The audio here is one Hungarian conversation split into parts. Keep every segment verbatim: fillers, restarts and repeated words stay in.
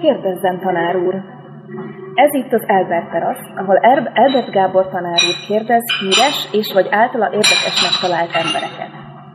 Kérdezzen, tanár úr! Ez itt az Elbert terasz, ahol Elbert Gábor tanár úr kérdez híres és vagy általa érdekesnek talált embereket.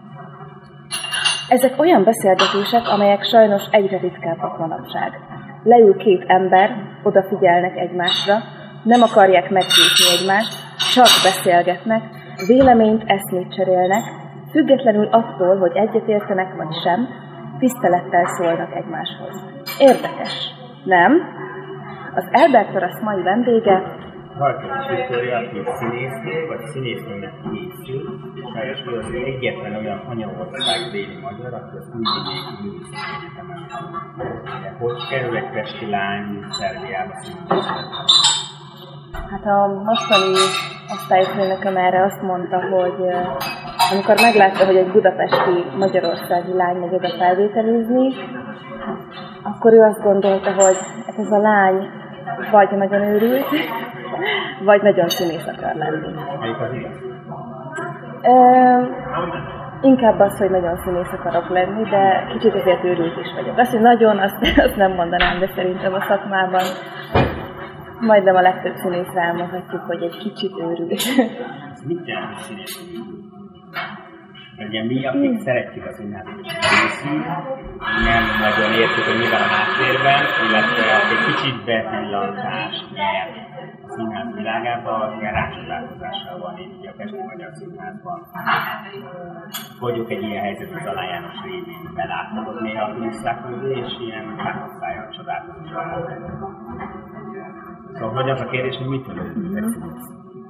Ezek olyan beszélgetések, amelyek sajnos egyre ritkábbak manapság. Leül két ember, odafigyelnek egymásra, nem akarják meggyőzni egymást, csak beszélgetnek, véleményt, eszmét cserélnek, függetlenül attól, hogy egyetértenek vagy sem, tisztelettel szólnak egymáshoz. Érdekes, nem? Az Elbert terasz mai vendége Harkevich Viktória, aki színésznő, vagy színésznőnek készül, és az egyetlen olyan anyaországbéli magyar, aki az Újvidéki Művészeti Egyetemen tanul. Hogy kerül egy pesti lány Szerbiába színésznőnek? Hát a mostani osztályfőnököm erre azt mondta, hogy amikor meglátta, hogy egy budapesti magyarországi lány megy oda felvételizni, akkor ő azt gondolta, hogy ez a lány vagy nagyon őrült, vagy nagyon színész akar lenni. Melyik az igaz? E, inkább az, hogy nagyon színész akarok lenni, de kicsit azért őrült is vagyok. Azt, hogy nagyon, azt, azt nem mondanám, de szerintem a szakmában majdnem a legtöbb színészre elmondhatjuk, hogy egy kicsit őrült. Ez mit jelent, hogy színész őrült? Ugye mi, akik hmm. szeretjük a színházat és a műszínt, nem nagyon értjük, hogy mi van a háttérben, illetve egy kicsit bepillantás nyer a színház világába, az ilyen rácsodálkozással van így a Pesti Magyar Színházban. Vagyok egy ilyen helyzet, az Alá János révén beláttad ott néha a kulisszák mögé, és ilyen káposztályal csodálkozással láttad. Szóval hogy az a kérdés, hogy mit tudod egy színész?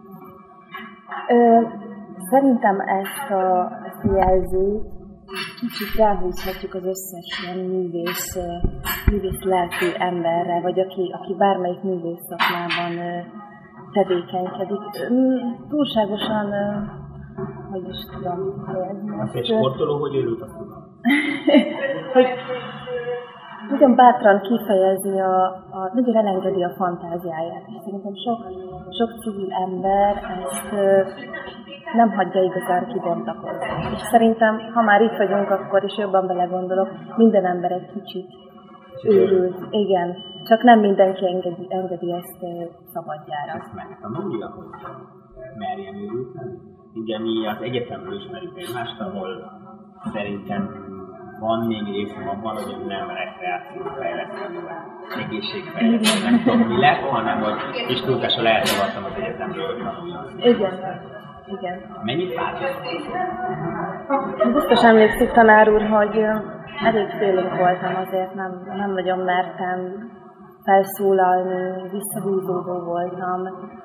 Szerintem ezt a, ezt a jelzőt kicsit ráhúzhatjuk az összes ilyen művész, művész lelkű emberre, vagy aki, aki bármelyik művész szakmában tevékenykedik. Túlságosan, hogy is tudom helyezni. Azt egy sportoló, hogy örült, azt tudom. hogy nagyon bátran kifejezi, a, a, nagyon elengedi a fantáziáját. És szerintem sok, sok civil ember ezt nem hagyja igazán kibontakozni. És szerintem, ha már itt vagyunk, akkor is jobban belegondolok, minden ember egy kicsit őrült. Igen, csak nem mindenki engedi, engedi ezt szabadjára. Ezt megtanulja, hogy merjen őrült lenni? Ugye mi az egyetemről ismerjük egymást, ahol szerintem van még részem abban, hogy nem rekreációfejlesztő, vagy egészségfejlesztő, nem tudom mi lett, hanem hogy kis túlkással eltagadtam az egyetemről, hogy tanuljon. Igen. Igen. Mennyit változott? Biztos emlékszik, tanár úr, hogy elég félénk voltam, azért nem, nem nagyon mertem felszólalni, visszahúzódó voltam.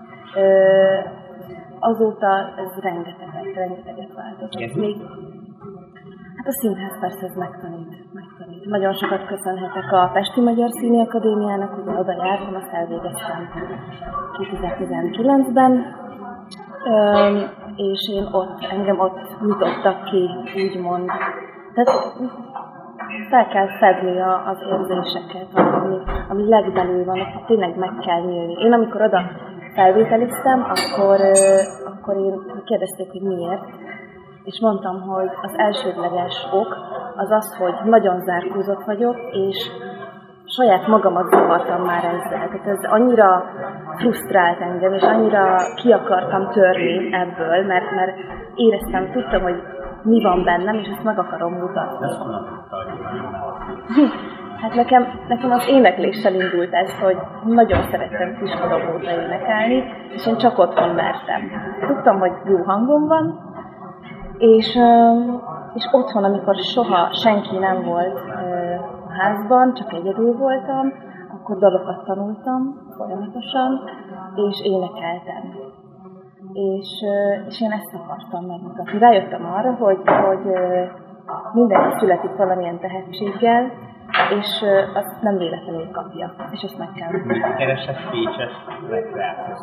Azóta ez rengeteget, rengeteget változott. Még hát a színház persze ez megtanít, megtanít. Nagyon sokat köszönhetek a Pesti Magyar Színiakadémiának, ugye oda jártam, azt elvégeztem kétezer-tizenkilencben, Öm, és én ott, engem ott nyitottak ki, úgymond. Tehát fel kell fedni a, az érzéseket, ami, ami legbelül van, akkor tényleg meg kell nyílni. Én amikor oda felvételiztem, akkor, akkor én kérdezték, hogy miért, és mondtam, hogy az elsődleges ok az az, hogy nagyon zárkózott vagyok, és saját magamat zavartam már ezzel. Tehát ez annyira frusztrált engem, és annyira ki akartam törni ebből, mert, mert éreztem, tudtam, hogy mi van bennem, és ezt meg akarom mutatni. Hát nekem, nekem az énekléssel indult ez, hogy nagyon szerettem kiskorom óta énekelni, és én csak otthon mertem. Tudtam, hogy jó hangom van, és, és otthon, amikor soha senki nem volt a házban, csak egyedül voltam, akkor dalokat tanultam folyamatosan, és énekeltem. És, és én ezt akartam megmutatni. Rájöttem arra, hogy, hogy mindenki születik valamilyen tehetséggel, és azt nem véletlenül kapja, és ezt meg kell mutatni. Mit keresett Pécset rekreációs?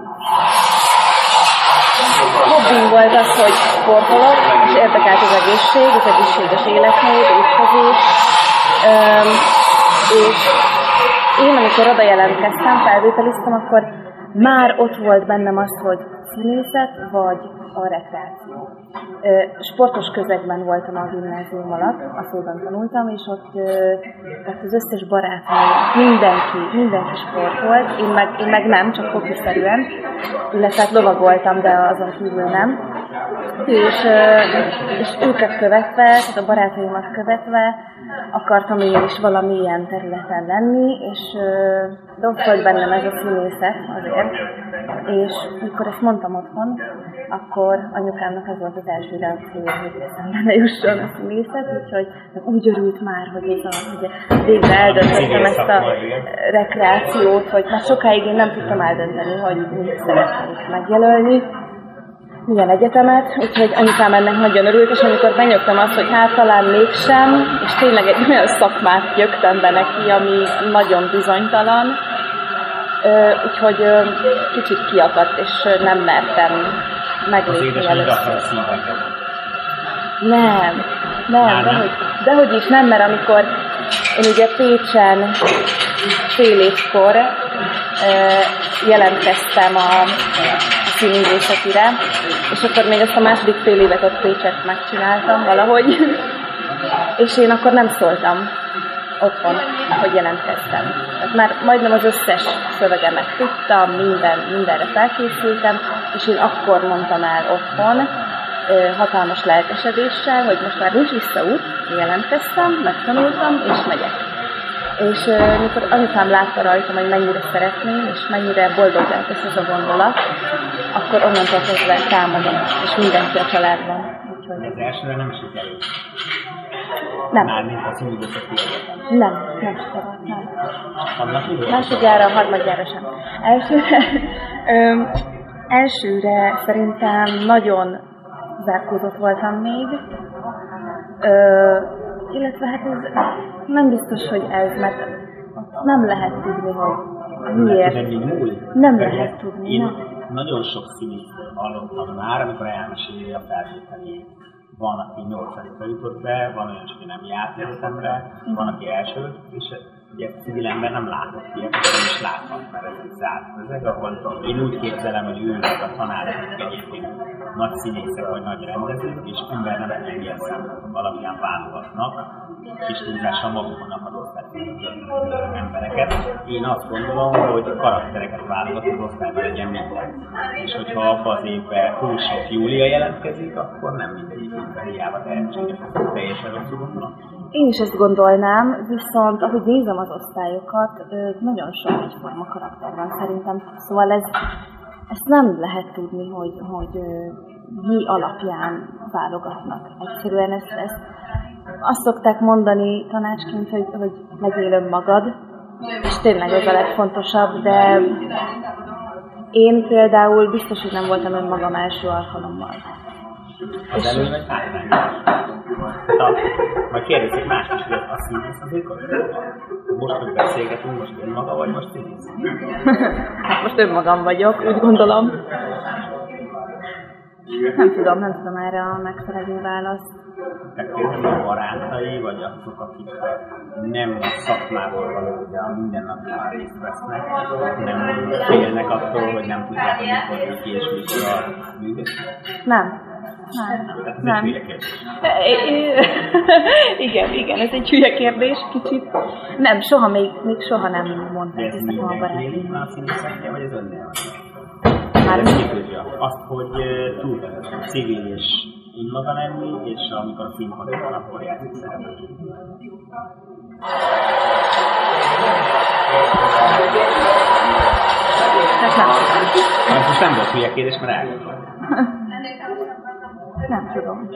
Hobbim volt az, hogy sportolok, és érdekelt az egészség, az egészséges életmód, étkezés. Üm, és én, amikor oda jelentkeztem, felvételiztem, akkor már ott volt bennem az, hogy színészet vagy a rekreáció. Sportos közegben voltam a gimnázium alatt, a szóban tanultam, és ott, ott az összes barátom, mindenki, mindenki sportolt, én meg, én meg nem, csak hobiszerűen, illetve hát lovagoltam, de azon kívül nem. És, és őket követve, tehát a barátaimat követve akartam én is valamilyen területen lenni, és de ott volt bennem ez a színészet azért. És mikor ezt mondtam otthon, akkor anyukámnak ez volt az első reakciója, hogy eszembe ne jusson a színészet, úgyhogy úgy örült már, hogy ez a, ugye, végre eldöntöttem ezt a rekreációt, hogy már sokáig én nem tudtam eldönteni, hogy mit szeretnék megjelölni, milyen egyetemet, úgyhogy anyukám ennek nagyon örült, és amikor benyögtem azt, hogy hát talán mégsem, és tényleg egy olyan szakmát gyögtem be neki, ami nagyon bizonytalan, úgyhogy kicsit kiakadt, és nem mertem meglépni először. Nem, nem, dehogy, dehogy is nem, mert amikor én ugye Pécsen fél évkor jelentkeztem a színművészetire, és akkor még ezt a második fél évet ott Pécset megcsináltam valahogy, és én akkor nem szóltam otthon, hogy jelentkeztem. Tehát már majdnem az összes szövegemet tudtam, minden, mindenre felkészültem, és én akkor mondtam el otthon, hatalmas lelkesedéssel, hogy most már nincs visszaút, jelentkeztem, megtanultam, és megyek. És uh, mikor anyukám látta rajtam, hogy mennyire szeretném, és mennyire boldoggá tesz ez a gondolat, akkor onnantól kezdve támadom, és mindenki a családban. Úgyhogy... Ez elsőre nem sikerült? Nem. Mármint a színművészeti egyetem? Nem, nem sikerült, nem. Annak mi volt? Másodjára, harmadjára sem. Elsőre, öm, elsőre szerintem nagyon zárkózott voltam még, Ö, illetve hát ez nem biztos, hogy ez, mert nem lehet tudni, hogy miért. Nem lehet tudni. Én nem. nagyon sok színésztől hallottam már, amikor elmeséli a felvételét. Van, aki nyolcadikra jutott be, van olyan, aki nem járt egyetemre, van, aki első, és ugye civil ember nem látott ilyet, nem is láthat, mert ez egy zárt közeg, ahol én úgy képzelem, hogy ülnek a tanárok, akik egyébként nagy színészek vagy nagy rendezők, és embernevetlen ilyen számítatok alapján válogatnak, és túlzással maguknak az osztályban embereket. Én azt gondolom, hogy karaktereket válogat az osztályban legyen minden. És hogyha abban az évben túl sok Júlia jelentkezik, akkor nem mindegyik évben hiába tehetséges, ez teljesen rosszul gondolom. Én is ezt gondolnám, viszont ahogy nézem az osztályokat, nagyon sok egyforma karakter van szerintem. Szóval ez, ezt nem lehet tudni, hogy, hogy mi alapján válogatnak. Egyszerűen ezt, ezt azt szokták mondani tanácsként, hogy, hogy legyél önmagad, és tényleg ez a legfontosabb, de én például biztos, hogy nem voltam önmagam első alkalommal. Az előny vagy hátrány? Majd kérdezik más is, hogy a színész az mikor? Most, hogy beszélgetünk, most önmaga vagy most színész? Hát most önmagam vagyok, úgy gondolom. Nem tudom, nem tudom erre a megfelelő választ. Tehát például a barátai, vagy azok, akik nem a szakmából való, de a mindennapjában részt vesznek, nem félnek attól, hogy nem tudják, hogy mikor ki és mikor művészik? Nem. Nem. Tehát ez nem. egy hülye kérdés. Igen, igen, ez egy hülye kérdés, kicsit. Nem, soha még, még soha nem mondták ezt nekem a barátom. De ez mindenki a színészeknél, vagy ez önnél van? Hát ez kifőzje azt, hogy tud civil és önmaga lenni, és amikor a színpadon van, akkor játszik szerepet. Hát nem. Hát most nem volt hülye kérdés, mert elgondolom. Nem tudom.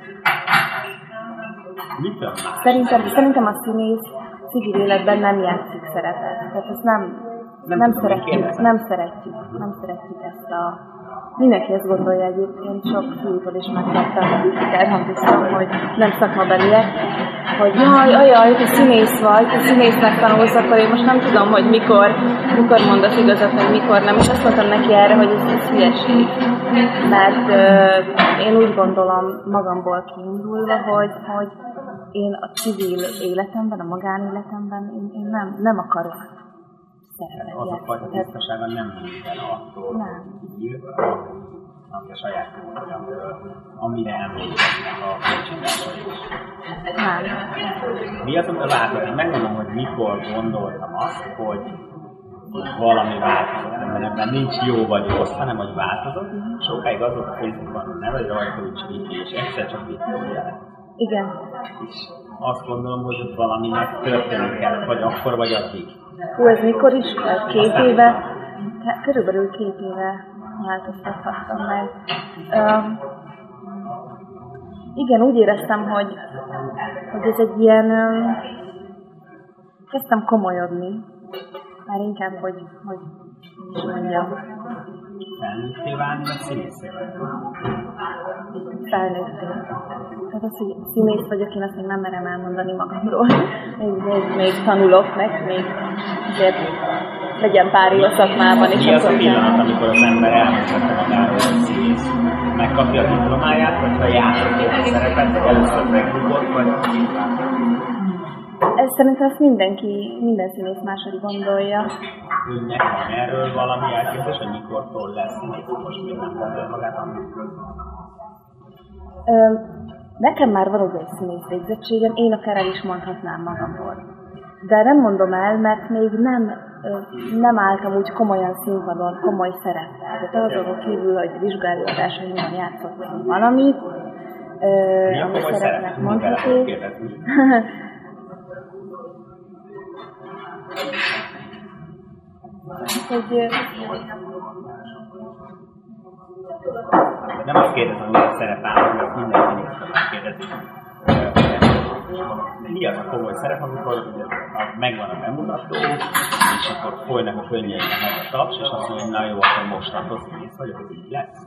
Mitől más? Szerintem, szerintem a színész civil életben nem játszik szerepet. Tehát ezt nem, nem, nem, tudom, szeretjük, nem szeretjük. Nem szeretjük ezt a... Mindenki ezt gondolja egyébként, sok fiútól is megkaptam, elhangoztam, hogy nem szakmabeliek, hogy jaj, ajaj, te színész vagy, te színésznek tanulsz, akkor én most nem tudom, hogy mikor, mikor mondasz igazat, meg mikor nem, és azt mondtam neki erre, hogy ez, ez hülyeség. Mert uh, én úgy gondolom magamból kiindulva, hogy, hogy én a civil életemben, a magánéletemben én, én nem, nem akarok szerepet az a fajta tisztasága nem minden attól ír, ami a saját programról, amire emlékeznek a kölcsöntársai is. Hát. Mi az, amit változik? Megmondom, hogy mikor gondoltam azt, hogy valami változott, mert nincs jó vagy rossz, hanem hogy változott. Sokáig az volt a Facebookon, hogy ne vagy rajta, hogy csak így, és egyszer csak videó jelent. Igen. És azt gondolom, hogy ott valaminek történni kell, vagy akkor, vagy addig. Hú, ez mikor is? Két Aztán éve? Hát, körülbelül két éve változtathattam meg. Uh, igen, úgy éreztem, hogy, hogy ez egy ilyen... Um, kezdtem komolyodni. Már inkább, hogy, hogy is mondjam. Felnőttél válni, vagy színészé vagy? Felnőttél. Tehát az, hogy színész vagyok, én azt még nem merem elmondani magamról. Még, még, még tanulok meg, még azért legyen pár év a szakmában. Mi az a pillanat, amikor az ember elmondhatta magáról, hogy színész? Megkapja a diplomáját, vagy ha játszott egy szerepet, vagy először megrúgott, vagy... Ez szerintem azt mindenki, minden színész máshogy gondolja. Önnek van erről valami elképzelés, hogy mikortól lesz színész, most még nem gondolja magát annak? Nekem már van ugye egy színész végzettségem, én akár el is mondhatnám magamról. De nem mondom el, mert még nem, nem álltam úgy komolyan színpadon, komoly szereppel. Tehát azon kívül, hogy vizsgálódásaimban játszottam valamit, mi ami szerepnek mondható. Hogy... Nem azt kérdezem, hogy a szerepállal, mert azt minden színésztől megkérdezik. Mi az a komoly szerep, amikor megvan a bemutató, és akkor folynak a könnyeiben meg a taps, és azt mondja, hogy na jó, akkor most attól színész vagyok, hogy így lesz?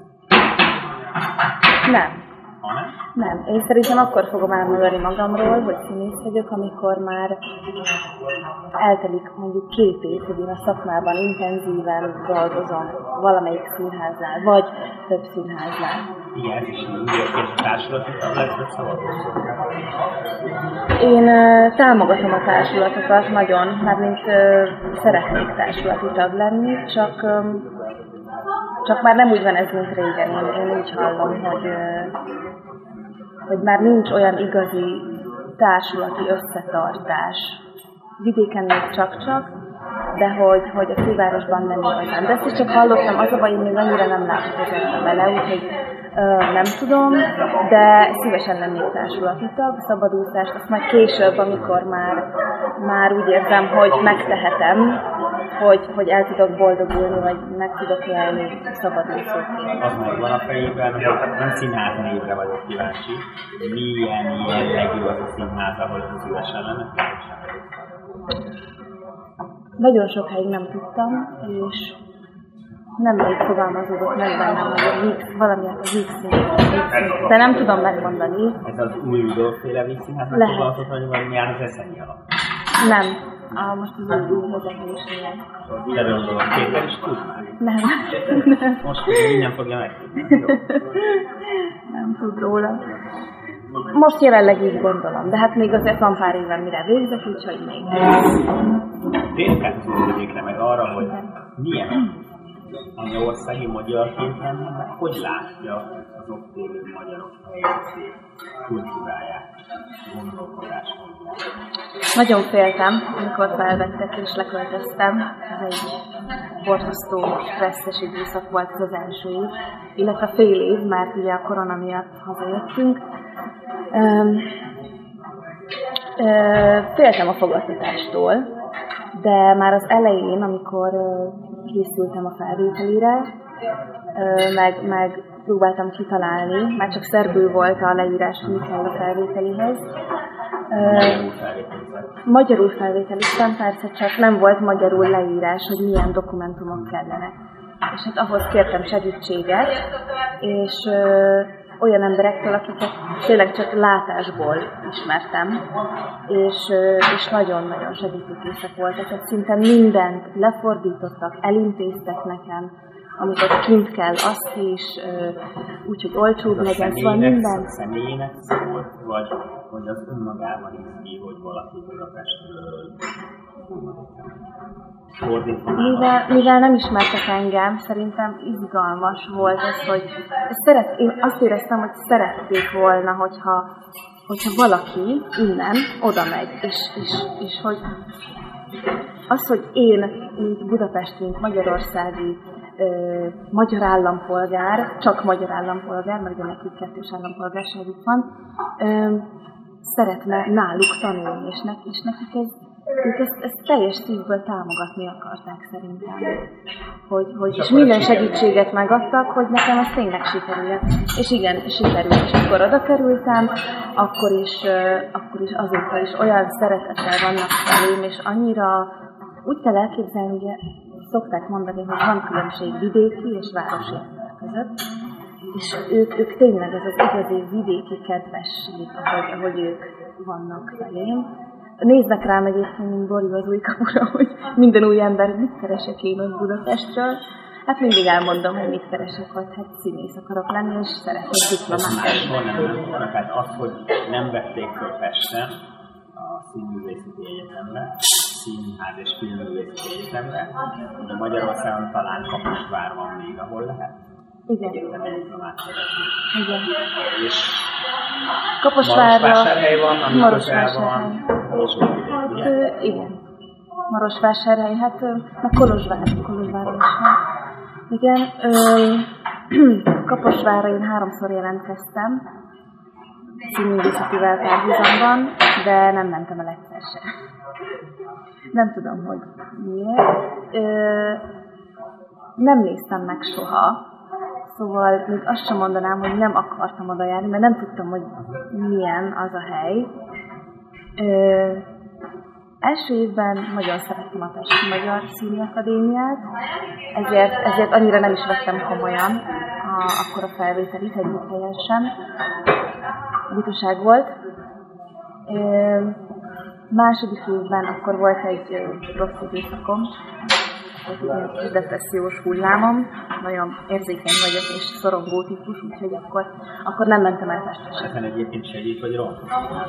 Nem. Ha nem? Nem. Én szerintem akkor fogom elmondani magamról, hogy színész vagyok, amikor már eltelik mondjuk két év, hogy én a szakmában intenzíven dolgozom valamelyik színháznál, vagy több színháznál. Igen, ez is úgy érzés, hogy társulati tag lesz, vagy szabadulsz? Én uh, támogatom a társulatokat nagyon, mármint uh, szeretnék társulati tag lenni, csak, um, csak már nem úgy van ez, mint régen. Én, én úgy hallom, hogy, uh, hogy már nincs olyan igazi társulati összetartás. Vidéken még csak-csak, de hogy, hogy a fővárosban nem igazán. De ezt is csak hallottam, az a baj, én még annyira nem látkozottam bele, úgyhogy ö, nem tudom, de szívesen lennék társulati tag, szabadúszást, azt majd később, amikor már, már úgy érzem, hogy megtehetem, hogy, hogy el tudok boldogulni, vagy meg tudok élni szabadúszóként. Az megvan a fejében, hogy nem színház névre vagyok kíváncsi, milyen jellegű az a színház, ahol szívesen lenne? Nagyon sokáig nem tudtam, és nemrég fogalmazódott meg bennem, hogy a Víg, valamilyen a Vígszínház. De nem tudom megmondani. Ez az új Rudolf-féle Vígszínháznak fogalmazott, vagy milyen az eszei alatt? Nem. Ah, most az új vezetésnél. De Rudolf Péter is tud már? Nem. Nem. Most így nem fogja megtudni. Nem tud róla. Most jelenleg így gondolom, de hát még azért van pár éven, mire végzek, úgyhogy még. Térjünk át az újvidékre, meg arra, hogy milyen anyországi magyarként lenne, meg hogy látja az ott élő magyarok helyzetét, kultúráját, gondolkodásmódját. Nagyon féltem, amikor felvettek és leköltöztem. Ez egy borzasztó stresszes időszak volt ez az első év, illetve fél év, mert ugye a korona miatt hazajöttünk. Um, uh, féltem a fogadtatástól, de már az elején, amikor uh, készültem a felvételire, uh, meg, meg próbáltam kitalálni, már csak szerbül volt a leírás, hogy mi kell a felvételihez. Magyarul felvételiztem. Magyarul felvételiztem, persze, csak nem volt magyarul leírás, hogy milyen dokumentumok kellenek. És hát ahhoz kértem segítséget, és uh, olyan emberektől, akiket tényleg csak látásból ismertem, és, és nagyon-nagyon segítőkészek voltak. Tehát szinte mindent lefordítottak, elintéztek nekem, amit ott kint kell, azt is, úgyhogy olcsóbb legyen, szóval minden. A személyének szólt, vagy, vagy az önmagában is ki, hogy valaki Budapestről Mivel, mivel nem ismertek engem, szerintem izgalmas volt ez, hogy szeret, én azt éreztem, hogy szerették volna, hogyha, hogyha valaki innen oda megy, és, és, és hogy az, hogy én, mint Budapest, mint magyarországi ö, magyar állampolgár, csak magyar állampolgár, mert ugye nekik kettős állampolgárságuk van, ö, szeretne náluk tanulni, és, ne, és nekik ez, ők ezt, ezt teljes szívből támogatni akarták szerintem. Hogy, hogy, és minden segítséget megadtak, hogy nekem ez tényleg sikerüljen. És igen, sikerült. És akkor oda kerültem, akkor is, akkor is azóta is olyan szeretettel vannak felém, és annyira úgy kell elképzelni, ugye szokták mondani, hogy van különbség vidéki és városi ember között. És ők, ők tényleg ez az igazi vidéki kedvesség, ahogy, ahogy ők vannak felém. Néznek rám egyébként, mint Bori az új kapura, hogy minden új ember, mit keresek én ott Budapestről. Hát mindig elmondom, hogy mit keresek ott, hát színész akarok lenni, és szeretnék diplomát. Máshol nem nem tehát az, hogy nem vették föl Pesten a Színművészeti Egyetemre, Színház és Filmművészeti Egyetemre, de Magyarországon talán Kaposvár van még, ahol lehet. Igen. Igen. És Kaposvárra, Marosvásárhely van, ami Marosvásárhely. Hát, igen. Marosvásárhely, hát meg Kolozsvár, Kolozsváron is van. Igen, ö, Kaposvárra én háromszor jelentkeztem, színművészetivel párhuzamban, de nem mentem el egyszer sem. Nem tudom, hogy miért. Ö, nem néztem meg soha. Szóval még azt sem mondanám, hogy nem akartam oda járni, mert nem tudtam, hogy milyen az a hely. Ö, első évben nagyon szerettem a Pesti Magyar Színi Akadémiát, ezért, ezért annyira nem is vettem komolyan a, akkor a felvételit, egyik helyen sem. Butaság volt. Ö, második évben akkor volt egy rossz időszakom, egy depressziós hullámom, nagyon érzékeny vagyok és szorongó típus, úgyhogy akkor, akkor nem mentem el Pestre sem. Ezen egyébként segít, vagy rossz?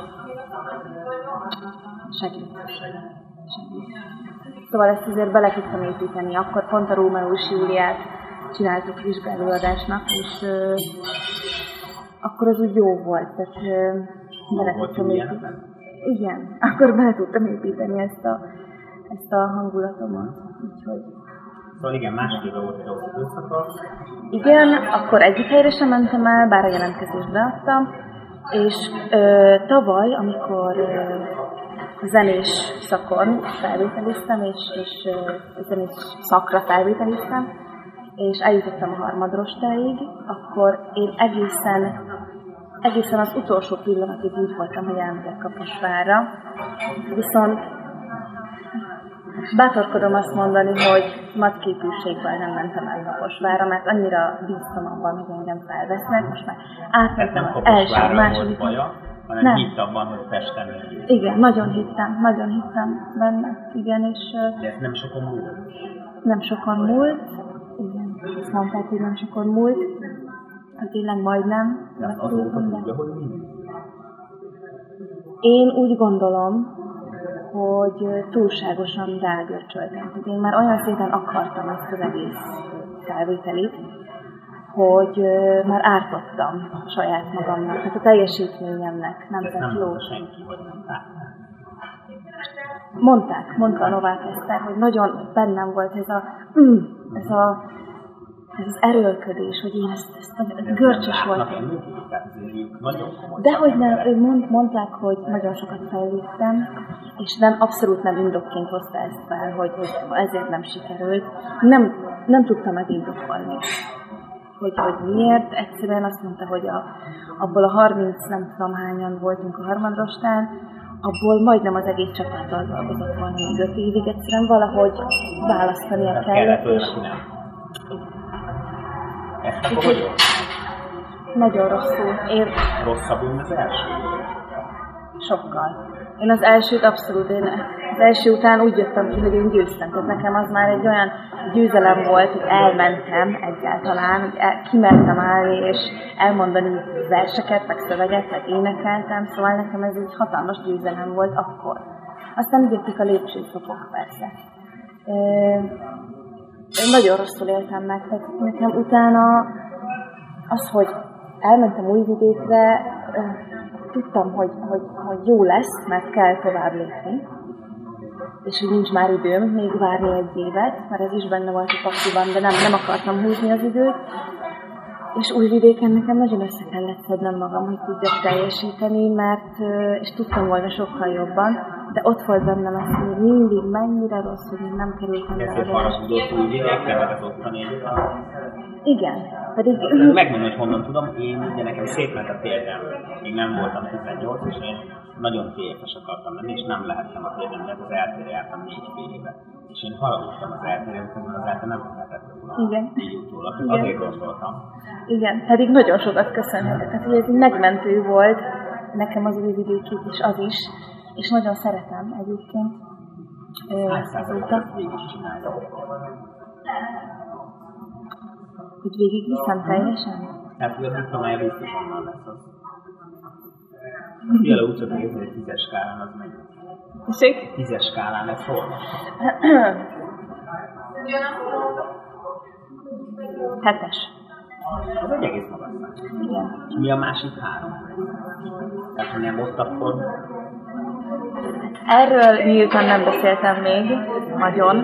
Segít. Segít. Szóval ezt azért bele tudtam építeni. Akkor pont a Rómeó és Júliát csináltuk vizsgálóadásnak, és uh, akkor az úgy jó volt. Tehát uh, bele tudtam építeni. Igen, akkor bele tudtam építeni ezt a, ezt a hangulatomat. Úgyhogy... Szóval igen, másfél volt egy rossz időszaka. Igen, akkor egyik helyre sem mentem el, bár a jelentkezést beadtam. És ö, tavaly, amikor ö, zenés szakon felvételiztem, és, és ö, zenés szakra felvételiztem, és eljutottam a harmadrostáig, akkor én egészen, egészen az utolsó pillanatig úgy voltam, hogy elmegyek Kaposvárra. Viszont bátorkodom azt mondani, hogy matképűségből nem mentem el Kaposvárra, mert annyira bíztam abban, hogy engem felvesznek. Most már átmentem az első, második... Baja, hanem nem. Hitt abban, hogy Pesten megyünk. Igen, nagyon hittem, nagyon hittem benne. Igen, és... De ez nem sokon múlt? Nem sokon múlt. Igen, azt mondták, hogy nem sokon múlt. Hogy tényleg majdnem. De azt azóta tudja, hogy mindig. Én úgy gondolom, hogy túlságosan rágörcsöltem. Tehát én már olyan szépen akartam ezt az egész felvételit, hogy már ártottam saját magamnak, tehát a teljesítményemnek nem tett jó. Senki, vagy nem látták. Mondták, mondta a Novák Eszter, hogy nagyon bennem volt ez a, mm, ez a ez az erőlködés, hogy én ezt, ezt a görcsös voltam. Dehogy nem, ő mond, mondták, hogy nagyon sokat fejlődtem, és nem, abszolút nem indokként hozta ezt fel, hogy, hogy ezért nem sikerült. Nem, nem tudtam megindokolni, hogy, hogy miért. Egyszerűen azt mondta, hogy a, abból a harminc nem tudom hányan voltunk a harmadrostán, abból majdnem az egész csapattal dolgozott volna még öt évig. Egyszerűen valahogy választania kellett. És... Úgyhogy nagyon rosszul. Én... Rosszabb, mint az első? Sokkal. Én az elsőt abszolút, én az első után úgy jöttem ki, hogy én győztem. Tehát nekem az már egy olyan győzelem volt, hogy elmentem egyáltalán, hogy el, kimertem állni, és elmondani verseket, meg szöveget, meg énekeltem, szóval nekem ez egy hatalmas győzelem volt akkor. Aztán jöttek a lépcsőfokok persze. nagyon rosszul éltem meg. Tehát nekem utána az, hogy elmentem Újvidékre, tudtam, hogy, hogy, hogy jó lesz, mert kell tovább lépni. És hogy nincs már időm még várni egy évet, mert ez is benne volt a pakliban, de nem, nem akartam húzni az időt. És Újvidéken nekem nagyon össze kellett szednem magam, hogy tudjak teljesíteni, mert, és tudtam volna sokkal jobban, de ott volt bennem ez, hogy mindig mennyire rossz, hogy én nem kerültem be. Ezért haragudott Újvidékre, meg az ottani életem? Igen. Pedig... Megmondom, hogy honnan tudom, én ugye nekem szétment a térdem. Még nem voltam tizennyolc, és én nagyon té ef es akartam lenni, és nem lehettem a térdem, mert az eltére jártam négy fél éve. És én haragudtam az eltére, mert az eltére nem lehetett volna. Igen. Így utólag. Azért gondoltam. Igen, pedig nagyon sokat köszönhetek. Tehát, hogy ez egy megmentő volt nekem az Újvidéki is, az is, és nagyon szeretem egyébként. Hány százalékot végig csinálom? Hogy végig viszem teljesen? Hát, hogy a diplomája biztos onnan lesz az. Fiala utca nézni, hogy tízes skálán az mennyi? Tessék? Tízes skálán ez hol? Hetes. Ez egy egész magas szám. Igen. És mi a másik három? Tehát, ha nem ott, akkor... Erről nyíltan nem beszéltem még, nagyon.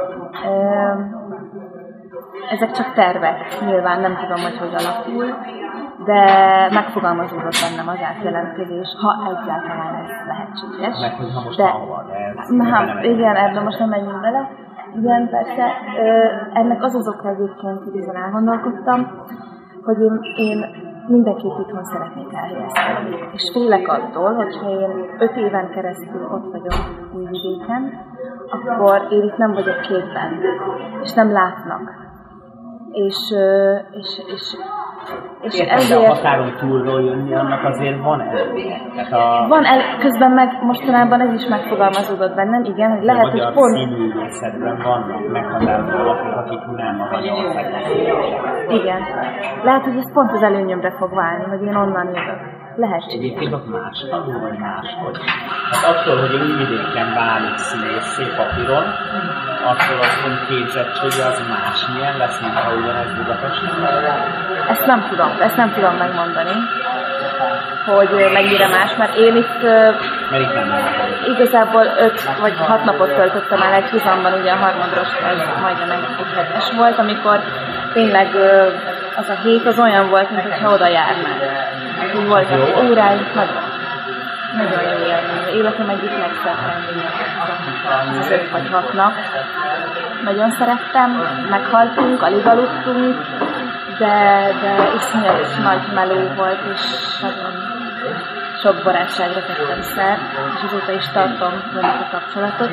Ezek csak tervek, nyilván nem tudom, hogy hogy alakul, de megfogalmazódott bennem az átjelentkezés, ha egyáltalán ez lehetséges. Meg, hogy ha most de, hova, de ez ha, igen, ebben most nem menjünk bele. Igen, persze, ennek az az oka egyébként, hogy ezen elgondolkodtam, hogy én, én mindenképp itthon szeretnék elhelyezkedni. És félek attól, hogyha én öt éven keresztül ott vagyok Újvidéken, akkor én itt nem vagyok képben, és nem látnak. És, és, és, és Értem, ezért... de a határon túlról jönni, annak azért van előnye. A... Van el, közben meg mostanában ez is megfogalmazódott bennem, igen, hogy lehet, hogy pont... A magyar színművészetben vannak meghatározó alapok, akik nem a Magyarországban. Igen. Lehet, hogy ez pont az előnyömre fog válni, hogy én onnan jövök. Lehetséges. Egyébként ott más tanul, vagy máshogy. Hát attól, hogy Újvidéken válik színészé papíron, attól az önképzettsége az más milyen lesz, mint ha ugyanez Budapesten. Ezt nem tudom, ezt nem tudom megmondani, hogy mennyire más, mert én itt mert itt nem igazából öt vagy hat napot töltöttem el egy huzamban, ugye a harmadrost, ez majdnem egy hetes volt, amikor tényleg az a hét az olyan volt, mintha oda járnánk. Úgy voltak óráink, nagyon, nagyon jó élmény. Életem egyik legszebb élmény, az öt vagy hat nap. Nagyon szerettem, meghaltunk, alig aludtunk, de, de iszonyat nagy meló volt, és nagyon sok barátságra tettem szert, és azóta is tartom velük a kapcsolatot.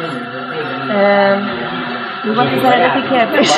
Mi volt az eredeti kérdés?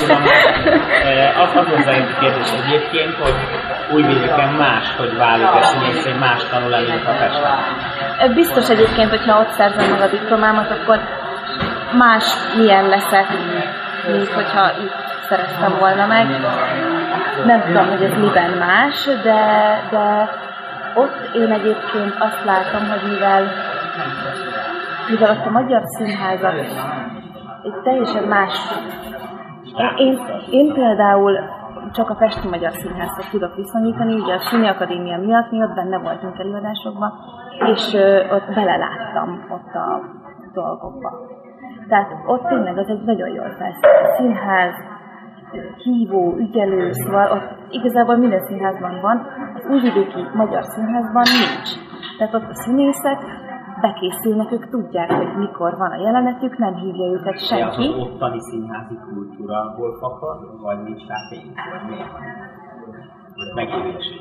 Az az eredeti kérdés egyébként, hogy Újvidéken máshogy válik a színész, hogy más tanul el, mint a Pesten. Biztos egyébként, hogyha ott szerzem meg a diplomámat, akkor más milyen leszek, mint hogyha itt szereztem volna meg. Nem tudom, hogy ez miben más, de, de ott én egyébként azt látom, hogy mivel, mivel ott a magyar színházak egy teljesen más. Én, én például csak a Pesti Magyar Színházhoz tudok viszonyítani, ugye a Színi Akadémia miatt mi ott benne voltunk előadásokban, és ö, ott beleláttam ott a dolgokba. Tehát ott tényleg az egy nagyon jól felszerelt színház, hívó, ügyelő, szóval ott igazából minden színházban van, az Újvidéki Magyar Színházban nincs. Tehát ott a színészek bekészülnek, ők tudják, hogy mikor van a jelenetük, nem hívja őket senki. De az ottani színházi kultúrából fakad, vagy nincs rá pénz, vagy miért? Vagy megélésé?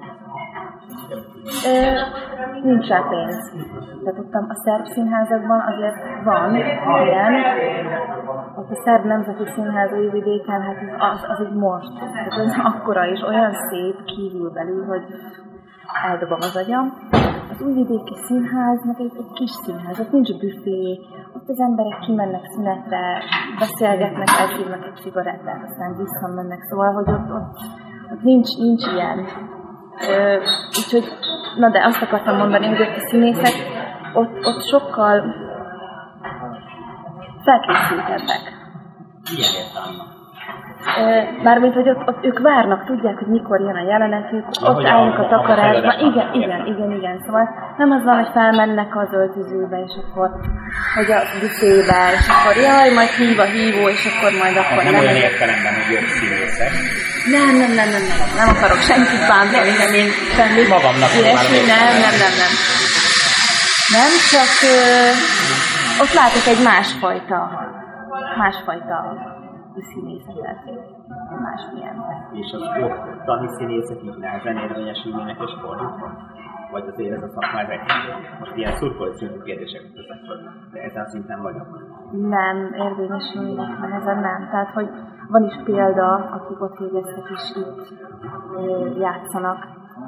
Nincs rá pénz. Tehát ott a szerb színházakban azért van ilyen. Ott a Szerb Nemzeti Színház Újvidéken, hát az, az egy most. Tehát az akkora és olyan szép kívülbelül, hogy eldobom az agyam. Az Újvidéki Színház, meg egy, egy kis színház, ott nincs büfé, ott az emberek kimennek szünetre, beszélgetnek, elszívnak egy cigarettát, aztán visszamennek, szóval, hogy ott, ott, ott nincs, nincs ilyen. Ö, úgyhogy, na de azt akartam mondani, hogy ott a színészek, ott, ott sokkal felkészültebbek. Ilyen értelme. Mármint, hogy ott, ott ők várnak, tudják, hogy mikor jön a jelenetük, ja, ott állnak a, a takarásban. A igen, igen, igen, igen. Szóval nem az van, hogy felmennek az öltözőbe, és akkor, hogy a büfébe, és akkor jaj, majd hív a hívó, és akkor majd akkor nem. Nem olyan értelemben, hogy jobb színészek. Nem, nem, nem, nem, nem, nem akarok senkit bántani, nem én semmit. Magamnak ilyesmi, nem, nem, nem, nem. Nem, csak ö, ott látok egy másfajta, másfajta színészetet, másmilyen. És az ottani színészek így nehezen érvényesülnének és fordítva? Vagy azért ez a szakma ez egyszerű? Most ilyen szurkoló szintű kérdéseket teszek föl, de ezen a szinten vagyok. Nem, érvényesülnek nehezen nem. Tehát, hogy van is példa, akik ott végeztek és itt játszanak.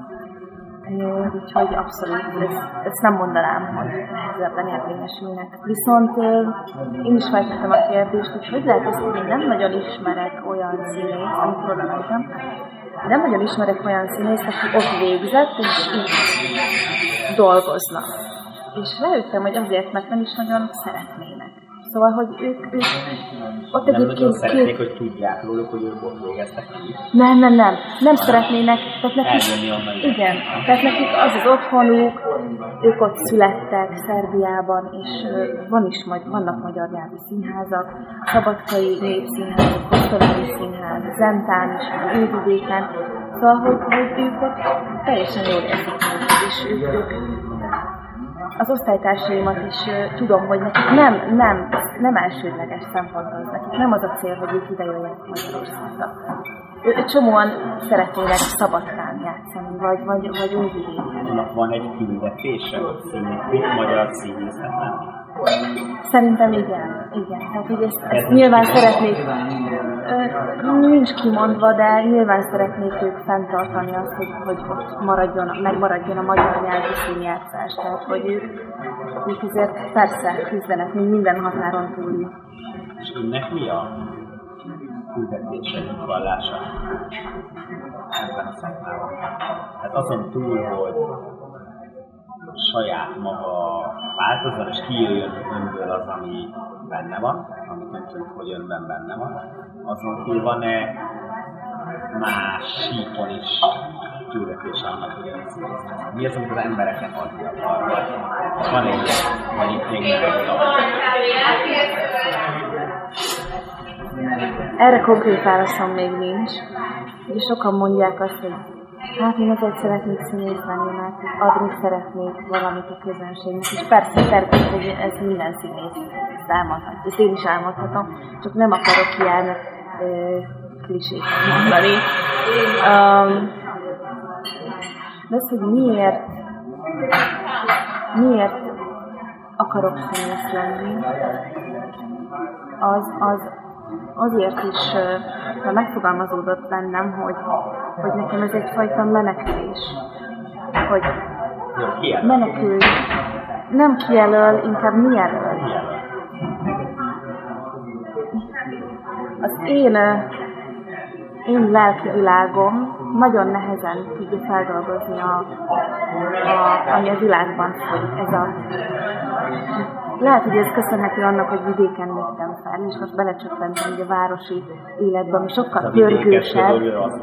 Úgyhogy abszolút, ezt, ezt nem mondanám, hogy nehezebben érvényesülnek. Viszont én is feltettem a kérdést, hogy hogy lehet azt, hogy én nem nagyon ismerek olyan színészt, amikor oda mentem, nem nagyon ismerek olyan színészt, aki ott végzett, és itt dolgoznak. És rájöttem, hogy azért, mert nem is nagyon szeretnének. Szóval, hogy ők, ők ott nem egyébként... Nem szeretnék, két... hogy tudják róluk, hogy ők ott végeztek ki. Nem, nem, nem. Nem szeretnének. Tehát nekik... Elvenni igen. Tehát nekik az az otthonuk, ők ott születtek Szerbiában, és van is, vannak magyar nyelvű színházak, Szabadkai Népszínház, Kosztolányi Színház, Zentán is, Újvidéken. Szóval, hogy, hogy ők ott teljesen jól érzik magukat, és ők, ők az osztálytársaimat is uh, tudom, hogy nekik nem, nem, nem elsődleges szempont az nekik, nem az a cél, hogy ők ide jöjjenek Magyarországra. Csomóan szeretnének Szabadkán játszani, vagy, vagy, vagy Újvidéken. Annak van egy küldetése, hogy magyar színészet lenni? Szerintem igen, igen. Tehát, hogy ezt, ezt nyilván szeretnék, nincs kimondva, de nyilván szeretnék ők fenntartani azt, hogy, hogy ott maradjon, megmaradjon a magyar nyelvű színjátszás. Tehát, hogy ők, ők azért persze küzdenek, mint minden határon túli. És önnek mi a küldetése, vallása ebben a szakmában? Hát azon túl, hogy saját maga változva, és kijöjjön önből az, ami benne van, amit nem tudjuk, hogy önben benne van. Azon túl van-e más síkon is küldetése annak, hogy ön színész? Mi az, amikor az embereket adja arra? Van egy ilyen, vagy itt még nem. Erre konkrét válaszom még nincs. Ugye sokan mondják azt, hogy hát én azért szeretnék színész lenni, mert adni szeretnék valamit a közönségnek. És persze, természetesen ez minden színész elmondhatja. Ezt én is elmondhatom, csak nem akarok ilyen klisét mondani. Um, de az, hogy miért, miért akarok színész lenni, az, az azért is uh, megfogalmazódott bennem, hogy, hogy nekem ez egyfajta menekülés. Hogy menekül, nem kijelöl, inkább mi jelöl. Az én, uh, én lelki világom nagyon nehezen tudja feldolgozni, a, a, ami a világban folyik. Ez a Lehet, hogy ez köszönhető annak, hogy vidéken nőttem fel, és most belecsöppentem a városi életbe, ami sokkal pörgősebb.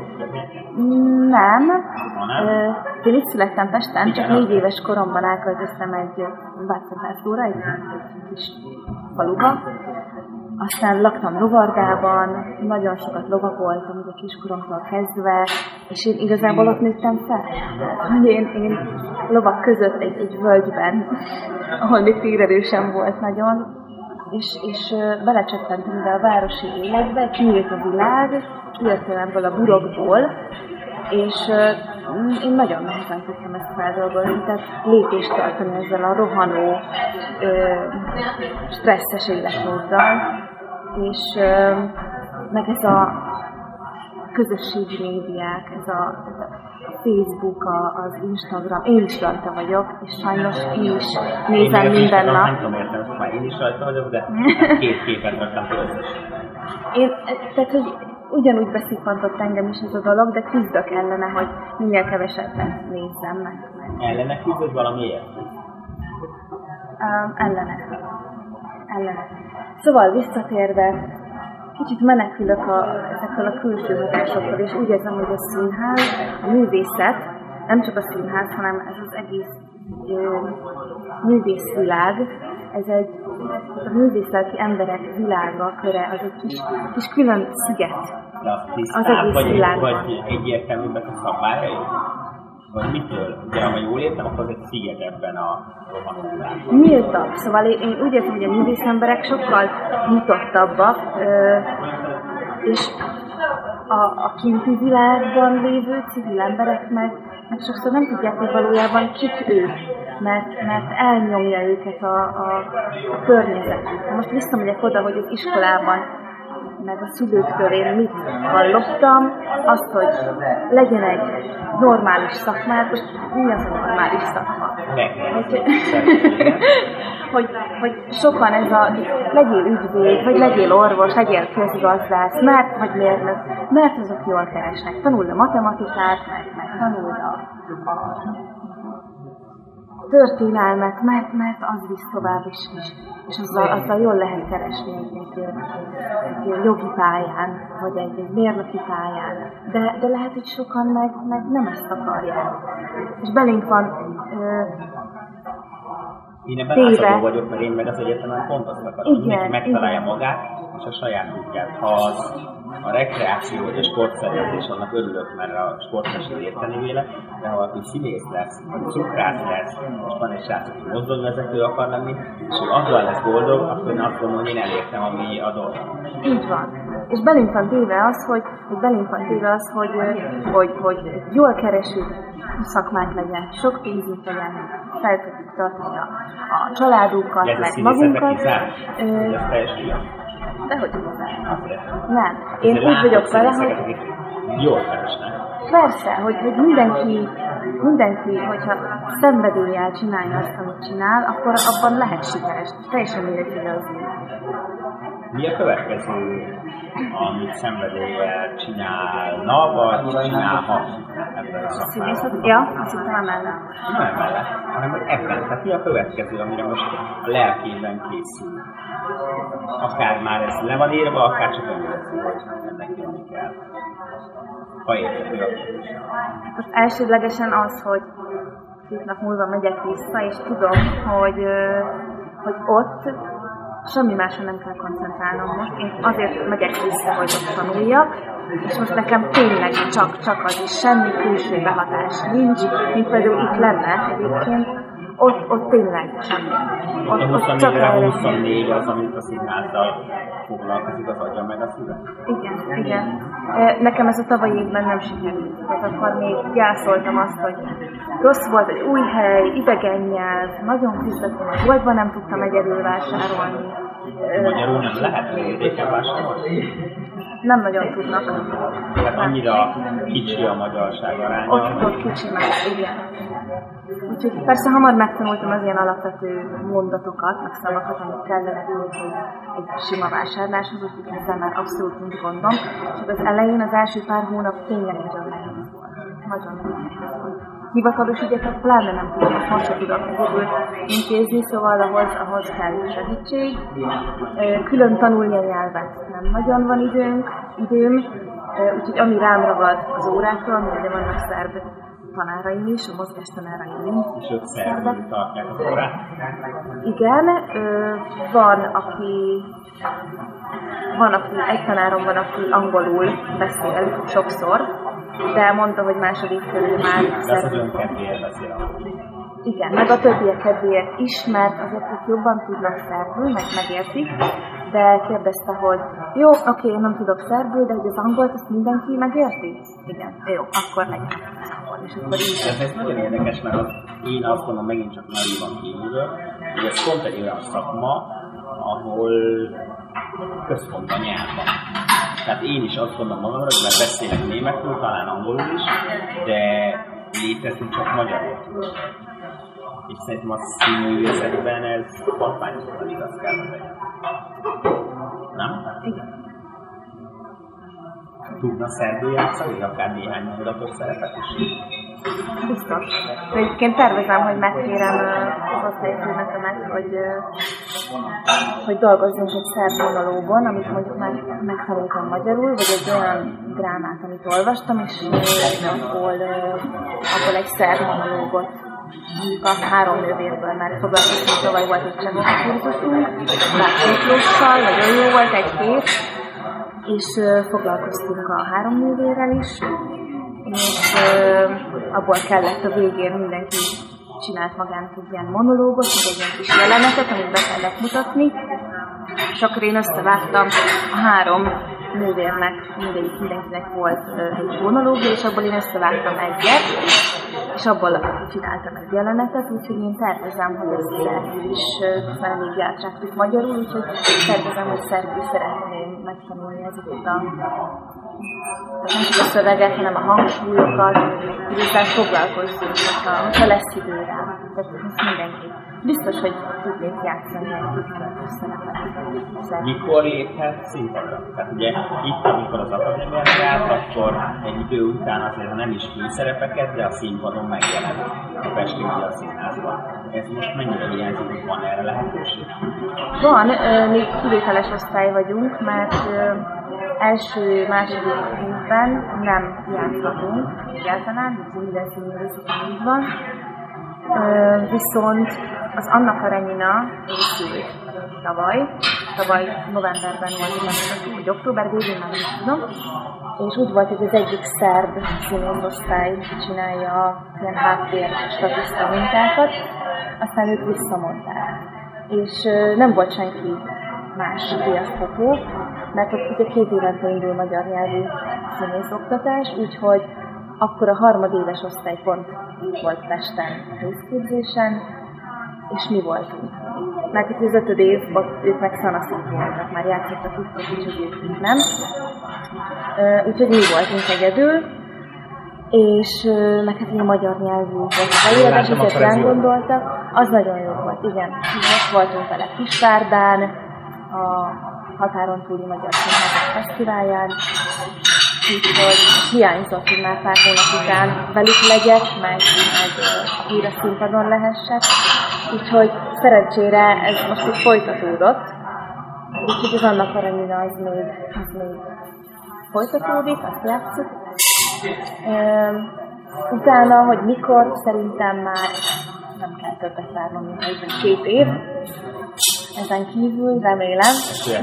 Nem. Én itt születtem Pesten, csak négy éves koromban elköltöztem egy Václavászlóra, egy kis faluba. Aztán laktam Lovardában, nagyon sokat lovagoltam, ugye kiskoromtól kezdve, és én igazából ott nőttem fel. Hogy én, én lovak között egy, egy völgyben, ahol még térerősen volt nagyon, és, és belecsöppentem ide a városi életbe, kinyílt a világ, kijöttem ebből a burokból, és én nagyon nehezen tudtam ezt feldolgozni, tehát lépést tartani ezzel a rohanó, stresszes életmóddal, és meg ez a közösségi médiák, ez a Facebook, az Instagram, én is rajta vagyok, és sajnos én is nézem minden nap. Nem tudom érteni, hogy már én is rajta vagyok, de két képet raktam ki összesen. Én, tehát, hogy ugyanúgy beszippantott engem is ez a dolog, de küzdök ellene, hogy minél kevesebbet nézzem meg. Ellene küzdök valamiért? Um, ellene. Ellene. Szóval visszatérve, kicsit menekülök a, ezektől a külső hatásoktól, és úgy érzem, hogy a színház, a művészet, nem csak a színház, hanem ez az egész ö, művészvilág, ez egy a művészelki emberek világa, köre, az egy kis, kis külön sziget. De az az egész világ. Vagy egyértelműbbek a szabályai? Vagy mitől? Ugye, ha jól értem, akkor az egy sziget ebben a rohanó világban. Nyíltabb. Szóval én úgy értem, hogy a művészemberek sokkal nyitottabbak, és a, a kinti világban lévő civil emberek meg, meg sokszor nem tudják, hogy valójában kik ők, mert, mert elnyomja őket a, a, a környezetük. Most visszamegyek oda, hogy az iskolában meg a szülőktől én mit hallottam, azt, hogy legyen egy normális szakmád, most mi az a normális szakma? Hogy, hogy, hogy sokan ez a, legyél ügyvéd, vagy legyél orvos, legyél közgazdász, mert vagy mérnök, mert azok jól keresnek. Tanuld a matematikát, meg, meg tanuld a, a történelmet, mert, mert az visz tovább is, is és azzal, azzal jól lehet keresni egy, egy, egy jogi pályán, vagy egy, egy mérnöki pályán. De, de lehet, hogy sokan meg, meg nem ezt akarják. És belénk van ö, én ebben lázadó vagyok, mert én meg az egyetemen pont azt akarom, hogy mindenki megtalálja igen. magát, és a saját útját. Ha az a rekreáció vagy a sportszervezés, annak örülök, mert a sportmester érteni véle, de ha valaki színész lesz, vagy cukrász lesz, most van egy srác, aki mozdonyvezető akar lenni, és ő azzal lesz boldog, akkor én azt gondolom, hogy én elértem, ami a dolgom. Így van. És belénk van téve az, hogy, hogy belénk van téve az, hogy, hogy, hogy jól keresünk szakmánk legyen, sok pénzünk legyen, fel tudjuk tartani a, a családunkat, meg magunkat. Ez a teljesen Dehogy hozzá. Nem. Én úgy vagyok vele, hogy... Jól keresnek. Persze, hogy, hogy mindenki, mindenki, hogyha szenvedéllyel csinálja azt, amit csinál, akkor abban lehet sikeres. Teljesen mindegy, hogy az. Mi a következő, amit szenvedéllyel csinálna, vagy csinálhat ebben a szakmában? Ja, azt hittem emellett. Nem emellett, hanem ebben. Tehát mi a következő, amire most a lelkében készül? Akár már ez le van írva, akár csak nem érzi, hogy ennek jönni kell. Ha érthető, akkor is. Most elsődlegesen az, hogy két nap múlva megyek vissza, és tudom, hogy, hogy ott semmi másra nem kell koncentrálnom most. Én azért megyek vissza, hogy ott tanuljak, és most nekem tényleg csak, csak az is, semmi külső behatás nincs, mint például itt lenne egyébként. Ott, ott tényleg semmi. Ott, a huszonnégyre, a huszonnégy az, amit a színházzal foglalkozik, az adja meg a szívet? Igen, igen. Nekem ez a tavalyi évben nem sikerült. Ez akkor még gyászoltam azt, hogy rossz volt egy új hely, idegen nyelv, nagyon fizettem, a boltban nem tudtam egyedül vásárolni. Magyarul nem lehet vidéken vásárolni? Nem nagyon tudnak. Tehát annyira kicsi a magyarság aránya. Ott, ott kicsi meg, igen. Úgyhogy persze hamar megtanultam az ilyen alapvető mondatokat, meg szavakat, amit kellene tudni egy sima vásárláshoz, úgyhogy ezzel már abszolút nincs gondom. Csak az elején, az első pár hónap tényleg nagyon nehéz volt. Nagyon nehéz volt. Hivatalos ügyeket pláne nem tudom, azt most sem tudok egyedül intézni, szóval ahhoz, ahhoz kell segítség. Külön tanulni a nyelvet nem nagyon van időnk, időm, úgyhogy ami rám ragad az órákról, ami ugye vannak szerb tanáraim is, a mozgástanáraim is. És ők szerbül tartják az órát? Igen, van, aki van, aki, egy tanárom van, aki angolul beszél sokszor, de mondta, hogy második körül már szerbül. De az önkedvéért beszél angolul. Igen, meg a többiek kedvéért is, mert azért, hogy jobban tudnak szerbül, meg megértik, de kérdezte, hogy jó, oké, én nem tudok szerbül, de hogy az angolt, azt mindenki megérti? Igen, jó, akkor legyen az angol, és akkor így. Ez, ez nagyon érdekes, mert az, én azt gondolom megint csak naívan kívülről, hogy ez pont egy olyan szakma, ahol központban nyelv van. Tehát én is azt gondolom magamra, hogy már beszélek németül, talán angolul is, de létezni csak magyarul. És szerintem a színművészetben ez hatványozóan igaz kell, hogy legyen. Nem? Igen. Tudna szerbül játszani, akár néhány mondatos szerepet is? Biztos. De egyébként tervezem, hogy megkérem az osztályfőnökömet, hogy hogy dolgozzunk egy szerb monológon, amit mondjuk már megtanultam magyarul, vagy egy olyan drámát, amit olvastam, és abból, abból egy szerb monológot, mondjuk a három nővérből, mert foglalkoztunk, tavaly volt egy csengó kurzusunk, Bács Miklóssal, nagyon jó volt, egy hét, és foglalkoztunk a három nővérrel is, és abból kellett a végén mindenki csinált magának egy ilyen monológot, meg egy ilyen kis jelenetet, amit be kellett mutatni, és akkor én összevágtam a három nővérnek, mindegyik, mindenkinek volt egy monológia, és abból én összevágtam egyet, és abból csináltam egy jelenetet, úgyhogy én tervezem, hogy ezt szerbül is, már még játszottuk magyarul, úgyhogy tervezem, hogy szerbül szeretném megtanulni ezeket a nem csak a szöveget, hanem a hangsúlyokat, hogy ezzel foglalkozzunk, hogyha, hogyha lesz idő rá. Tehát ez mindenki. Biztos, hogy tudnék játszani egy kis szerepet. Mikor léphet színpadra? Tehát ugye itt, amikor az akadémián járt, akkor egy idő után azért, ha nem is főszerepeket, de a színpadon megjelent a Pesti Magyar Színházban. Ez most mennyire hiányzik, hogy van erre lehetőség? Van, még kivételes osztály vagyunk, mert első, második évben nem játszhatunk egyáltalán, minden színművészeten így van. Viszont az Anna Karenina készült tavaly, tavaly novemberben volt, nem hogy október végén, már nem tudom, és úgy volt, hogy az egyik szerb színészosztály csinálja ilyen háttér statiszta munkákat, aztán ők visszamondták. És nem volt senki más riasztható, mert ott ugye két évente indul magyar nyelvű színészoktatás, őshogy akkor a harmadéves osztály pont volt Pesten a részképzésen, és mi voltunk. Mert itt az ötöd év, ők meg szanaszint voltak, már játszottak itt, úgyhogy ők nem. Úgyhogy mi voltunk egyedül, és meg hát a magyar nyelvű volt az előadás, ezért rám gondoltak. Az nagyon jó volt, igen. Most voltunk vele Kisvárdán, a Határon túli Magyar Színházak Fesztiválján, úgyhogy hiányzott, hogy már pár hónap után velük legyek, meg, meg újra színpadon lehessek. Úgyhogy szerencsére ez most így folytatódott, úgyhogy az Anna Karenina az még, az még folytatódik, azt játszuk. Üm, utána, hogy mikor, szerintem már nem kell többet várnom, mint egy két év. Ezen kívül remélem.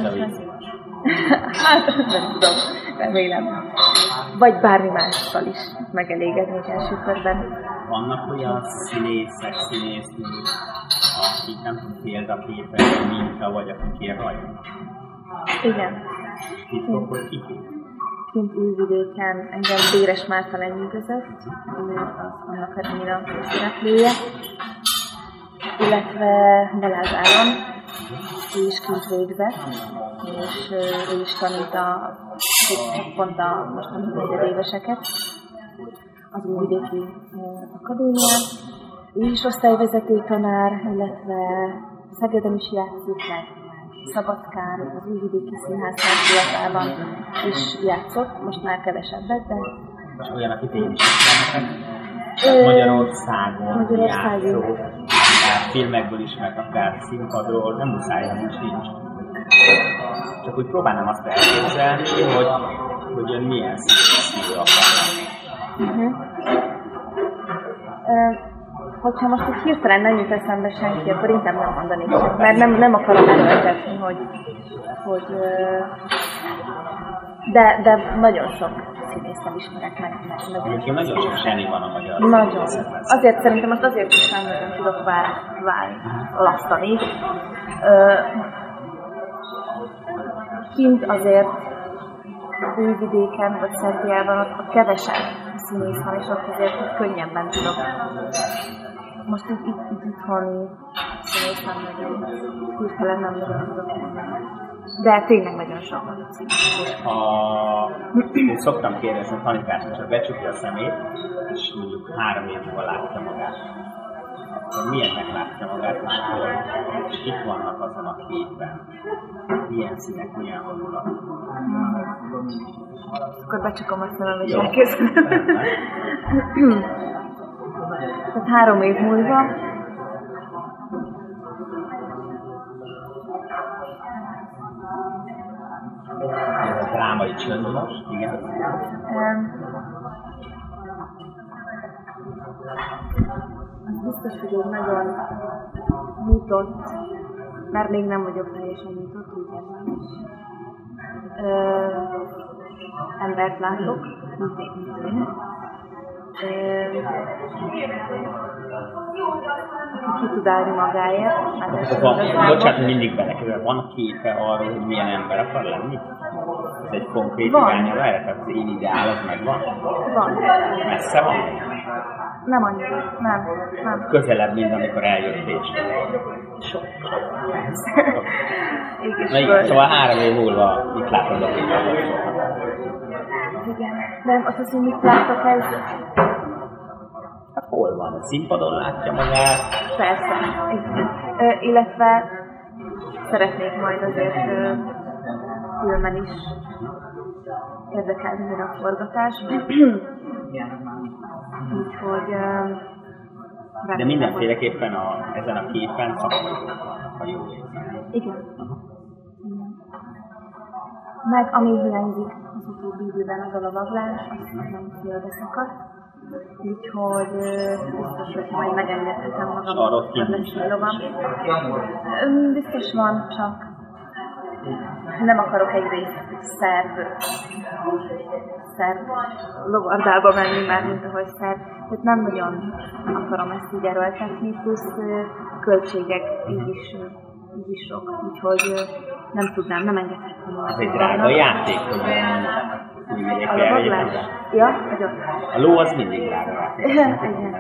Hát nem tudom, remélem. Vagy bármi mással is megelégedni az első körben. Vannak olyan színészek, színésznők, akik nem tudom, példaképek, minta, vagy akik rajta? Igen. Itt fog, hogy kik? Kint Újvidéken engem Béres Márta lenyűgözött, ő az Anna Karenina szereplője, illetve Balázs Áron, ő is kint végzett, és ő is tanít a, pont a mostani negyedéveseket az Újvidéki Akadémián. Ő is osztályvezető tanár, illetve Szegeden is játszik, meg Szabadkán, az Újvidéki Színház társulatában is játszott, most már kevesebbet, de... És olyan, akit én is ismernek? Magyarországon, Magyarországon játszó, akár filmekből ismert, akár színpadról, nem muszáj, ha nincs, nincs. Csak úgy próbálnám azt elképzelni, hogy, hogy ön milyen színű akarnak. Uh-huh. Uh, hogyha most így hirtelen nem jut eszembe senki, akkor inkább nem mondanék sem, mert nem, nem akarom előltetni, hogy, hogy de, de nagyon sok színésszel ismerek meg. meg Egyébként nagyon sok zseni van a magyar nagyon. Azért szerintem most azért is nem nagyon tudok választani. Kint azért Újvidéken vagy Szerbiában ott, ott kevesebb színész van, és ott azért könnyebben tudok. Most itt, itt, itt itthoni színész nem nagyon, hirtelen nem nagyon tudok mondani. De tényleg nagyon sok van a színész. Én szoktam kérdezni a tanításra, csak becsukja a szemét, és mondjuk három év múlva látja magát. Akkor milyennek látja magát, és, és kik vannak azon a képen? Milyen színek, milyen vonulat? Akkor becsukom a szemem, és elkezdem. Tehát három év múlva drámai csönd most, igen. Um, az biztos, hogy egy nagyon nyitott, mert még nem vagyok teljesen nyitott, úgy érzem is. Uh, embert látok, mint én. Aki ki tud állni magáért. Bocsánat, mindig belekerül. Van képe arról, hogy milyen ember akar lenni? Ez egy konkrét irányra erre? Tehát az én ideál az megvan? Van. Messze van? Nem annyira. Nem. nem. Közelebb, mint amikor eljöttél. Sok. Na igen, szóval három év múlva mit látod a képben? Igen, de azt hiszem, hogy mit látok ez? Hát hol van? A színpadon látja magát? Persze, igen. Ö, illetve szeretnék majd azért ö, filmen is érdekelni a forgatás. Úgyhogy... Ö, de mindenféleképpen a, ezen a képen szakmai vannak, ha jól érzem. Igen. Uh-huh. Igen. Meg ami hiányzik az utóbbi időben az a lovaglás, azt nem félbe szakadt. Úgyhogy biztos, hogy majd megengedhetem magam, hogy lesz a lovam. Biztos van, csak nem akarok egyrészt szerv, szerv lovardába menni már, mint ahogy szerv. Tehát nem nagyon akarom ezt így erőltetni, plusz költségek így is, így is sok. Úgyhogy nem tudnám, nem engedhetem. Ez egy drága játék, hogy a lovaglás? Ja, nagyon. A ló az mindig drága játék. Igen.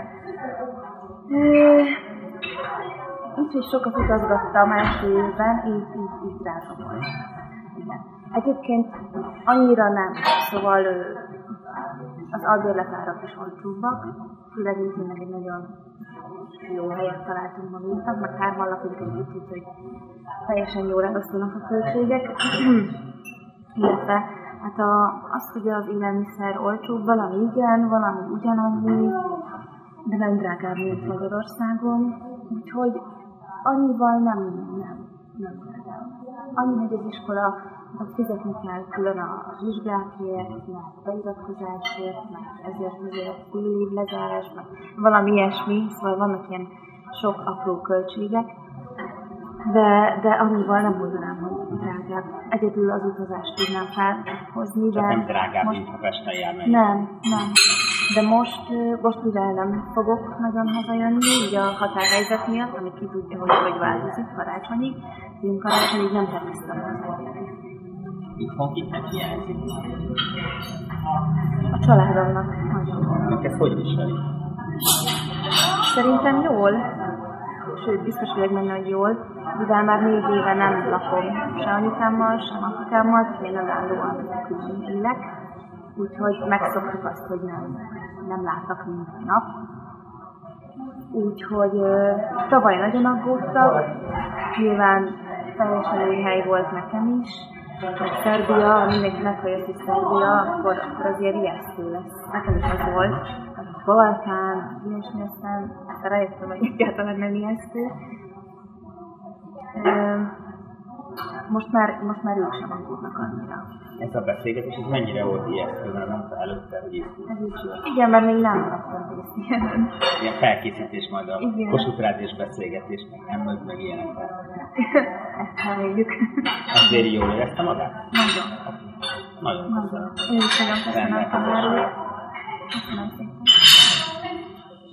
Úgyhogy sokat utazgattam első évben, így, így, így drága volt. Igen. Egyébként annyira nem, szóval az albérletárak is olcsóbbak, főleg mi tényleg egy nagyon jó helyet találtunk magunknak, meg hárman lakunk együtt, úgyhogy teljesen jól elosztanak a költségek. Illetve hát a, az, hogy az élelmiszer olcsóbb, valami igen, valami ugyanannyi, de nem drágább, mint Magyarországon. Úgyhogy annyival nem, nem, nem drágább. Annyi, hogy az iskola, hogy fizetni kell külön a vizsgákért, meg beiratkozásért, meg ezért azért fél év lezárás, meg valami ilyesmi, szóval vannak ilyen sok apró költségek. De, de annyival nem mondanám, hogy drágább. Egyedül az utazást tudnám felhozni, de... Csak nem drágább, most... mint ha Pesten járnál. Nem, nem. De most, most mivel nem fogok nagyon hazajönni, így a határhelyzet miatt, ami ki tudja, hogy hogy változik karácsonyig, én karácsonyig nem terveztem hazajönni. Itthon kiknek hiányzik? A családomnak nagyon. Ők ezt hogy viseli? Szerintem jól. Sőt, biztos vagyok benne, hogy jól, mivel már négy éve nem lakom se anyukámmal, se apukámmal, tehát én önállóan külön élek, úgyhogy megszoktuk azt, hogy nem, nem láttak minden nap. Úgyhogy uh, tavaly nagyon aggódtak, nyilván teljesen új hely volt nekem is, meg Szerbia, mindenki meghallja, hogy Szerbia, akkor, akkor azért ijesztő lesz. Nekem is az volt. A Balkán, ilyesmi, aztán, aztán rájöttem, hogy egyáltalán nem ijesztő. Most már, most már ők sem aggódnak annyira. Ez a beszélgetés, ez mennyire volt ijesztő, mert mondta előtte, hogy ijesztő. Igen, mert még nem vettem részt ilyen. Ilyen felkészítés majd a Kossuth Rádiós beszélgetés, meg nem meg, meg ilyenekben. Ezt reméljük. Azért jól érezte magát? Nagyon. Nagyon köszönöm. Én is nagyon köszönöm a Köszönöm szépen.